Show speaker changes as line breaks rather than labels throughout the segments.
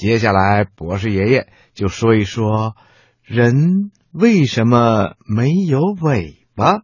接下来博士爷爷就说一说人为什么没有尾巴。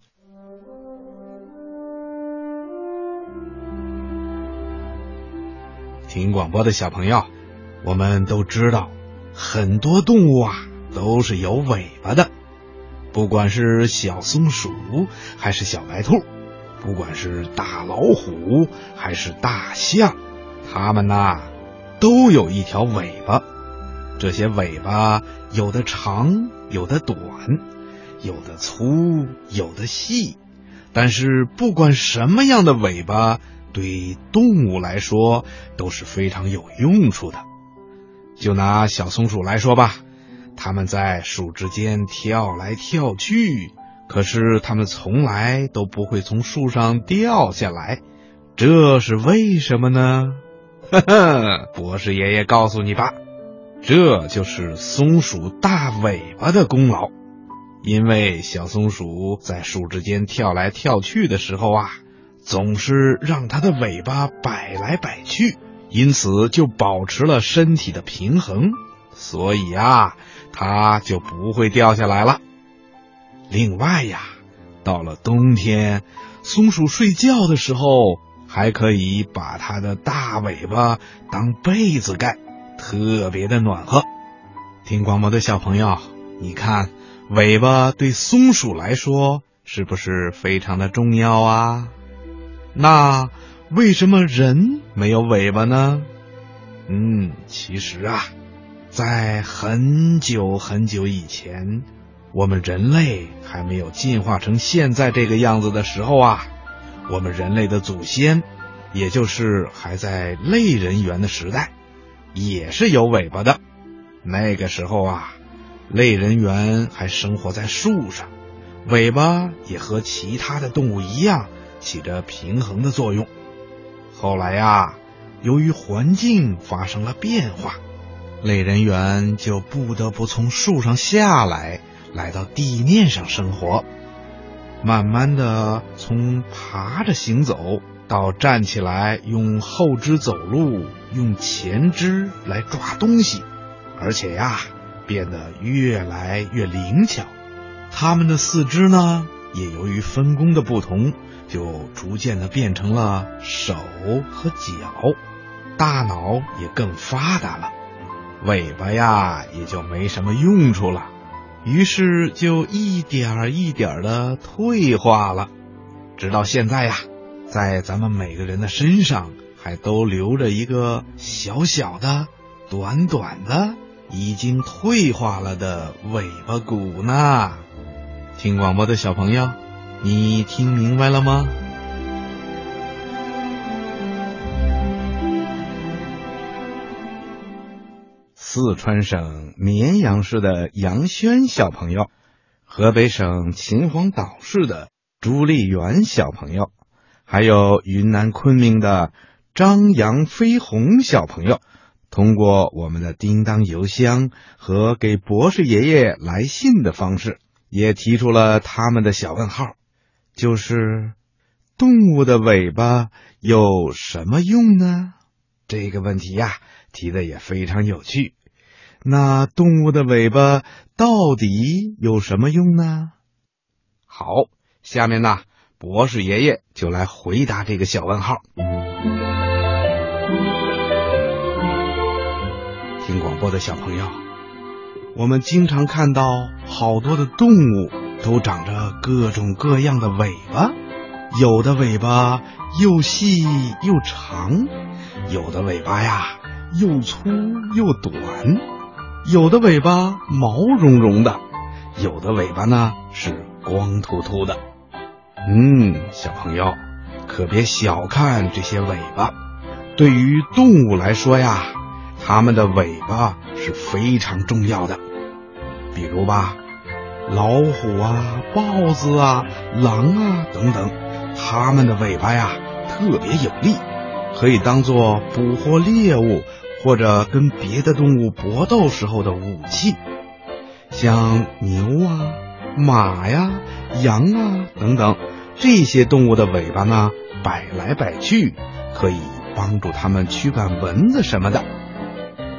听广播的小朋友，我们都知道很多动物啊都是有尾巴的，不管是小松鼠还是小白兔，不管是大老虎还是大象，它们呐都有一条尾巴。这些尾巴有的长，有的短，有的粗，有的细，但是不管什么样的尾巴，对动物来说都是非常有用处的。就拿小松鼠来说吧，它们在树枝间跳来跳去，可是它们从来都不会从树上掉下来，这是为什么呢？呵呵，博士爷爷告诉你吧，这就是松鼠大尾巴的功劳。因为小松鼠在树枝间跳来跳去的时候啊，总是让它的尾巴摆来摆去，因此就保持了身体的平衡，所以啊，它就不会掉下来了。另外呀，到了冬天，松鼠睡觉的时候还可以把它的大尾巴当被子盖，特别的暖和。听广播的小朋友，你看尾巴对松鼠来说是不是非常的重要啊？那为什么人没有尾巴呢？其实啊，在很久很久以前，我们人类还没有进化成现在这个样子的时候啊，我们人类的祖先，也就是还在类人猿的时代，也是有尾巴的。那个时候啊，类人猿还生活在树上，尾巴也和其他的动物一样，起着平衡的作用。后来呀，由于环境发生了变化，类人猿就不得不从树上下来，来到地面上生活。慢慢的，从爬着行走到站起来用后肢走路，用前肢来抓东西，而且呀，变得越来越灵巧。它们的四肢呢，也由于分工的不同，就逐渐的变成了手和脚，大脑也更发达了，尾巴呀也就没什么用处了，于是就一点一点的退化了。直到现在呀，在咱们每个人的身上还都留着一个小小的、短短的、已经退化了的尾巴骨呢。听广播的小朋友，你听明白了吗？四川省绵阳市的杨轩小朋友，河北省秦皇岛市的朱丽媛小朋友，还有云南昆明的张杨飞鸿小朋友，通过我们的叮当邮箱和给博士爷爷来信的方式，也提出了他们的小问号，就是动物的尾巴有什么用呢？这个问题呀，提的也非常有趣。那动物的尾巴到底有什么用呢？好，下面呢，博士爷爷就来回答这个小问号。听广播的小朋友，我们经常看到好多的动物都长着各种各样的尾巴，有的尾巴又细又长，有的尾巴呀又粗又短，有的尾巴毛茸茸的，有的尾巴呢是光秃秃的。小朋友可别小看这些尾巴，对于动物来说呀，它们的尾巴是非常重要的。比如吧，老虎啊、豹子啊、狼啊等等，它们的尾巴呀特别有力，可以当作捕获猎物或者跟别的动物搏斗时候的武器。像牛啊、马呀、羊啊等等，这些动物的尾巴呢摆来摆去，可以帮助它们驱赶蚊子什么的。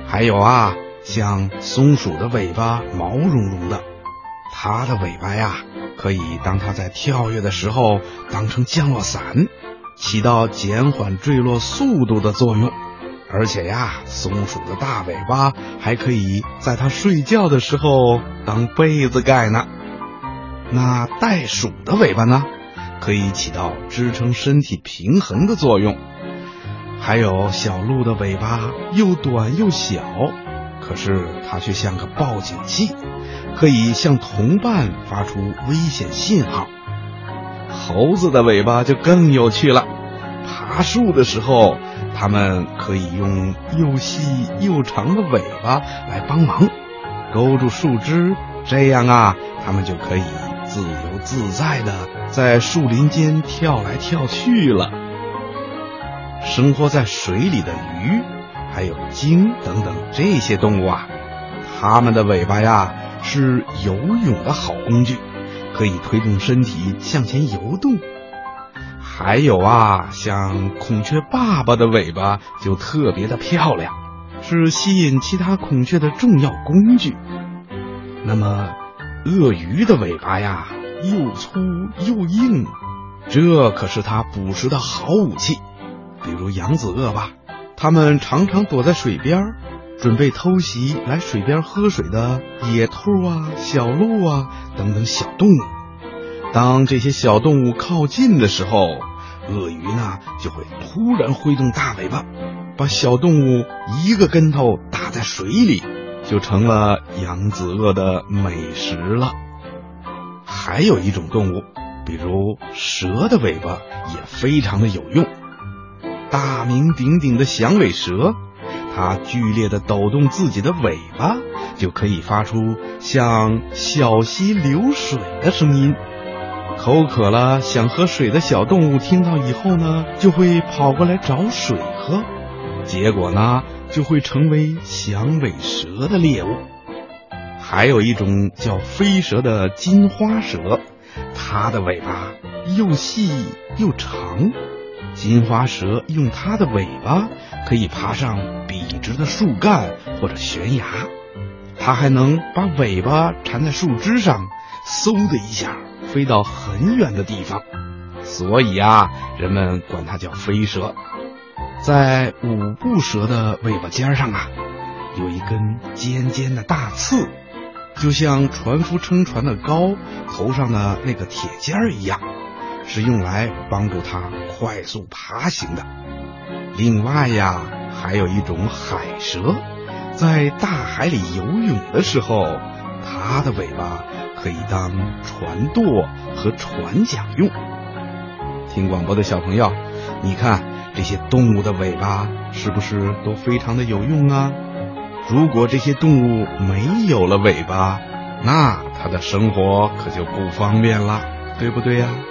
还有啊，像松鼠的尾巴毛茸茸的，它的尾巴呀，可以当它在跳跃的时候当成降落伞，起到减缓坠落速度的作用。而且呀，松鼠的大尾巴还可以在它睡觉的时候当被子盖呢。那袋鼠的尾巴呢，可以起到支撑身体平衡的作用。还有小鹿的尾巴又短又小，可是它却像个报警器，可以向同伴发出危险信号。猴子的尾巴就更有趣了，爬树的时候，它们可以用又细又长的尾巴来帮忙，勾住树枝，这样啊，它们就可以自由自在的在树林间跳来跳去了。生活在水里的鱼，还有鲸等等这些动物啊，它们的尾巴呀是游泳的好工具，可以推动身体向前游动。还有啊，像孔雀爸爸的尾巴就特别的漂亮，是吸引其他孔雀的重要工具。那么鳄鱼的尾巴呀，又粗又硬，这可是它捕食的好武器。比如扬子鳄吧，它们常常躲在水边，准备偷袭来水边喝水的野兔啊、小鹿啊等等小动物。当这些小动物靠近的时候，鳄鱼呢就会突然挥动大尾巴，把小动物一个跟头打在水里，就成了扬子鳄的美食了。还有一种动物，比如蛇的尾巴也非常的有用。大名鼎鼎的响尾蛇，它剧烈地抖动自己的尾巴，就可以发出像小溪流水的声音。口渴了想喝水的小动物听到以后呢，就会跑过来找水喝，结果呢就会成为响尾蛇的猎物。还有一种叫飞蛇的金花蛇，它的尾巴又细又长，金花蛇用它的尾巴可以爬上笔直的树干或者悬崖，它还能把尾巴缠在树枝上，嗖的一下飞到很远的地方，所以啊，人们管它叫飞蛇。在五步蛇的尾巴尖上啊，有一根尖尖的大刺，就像船夫撑船的篙头上的那个铁尖一样，是用来帮助它快速爬行的。另外呀，还有一种海蛇，在大海里游泳的时候，它的尾巴可以当船舵和船桨用。听广播的小朋友，你看这些动物的尾巴是不是都非常的有用啊？如果这些动物没有了尾巴，那它的生活可就不方便了，对不对呀？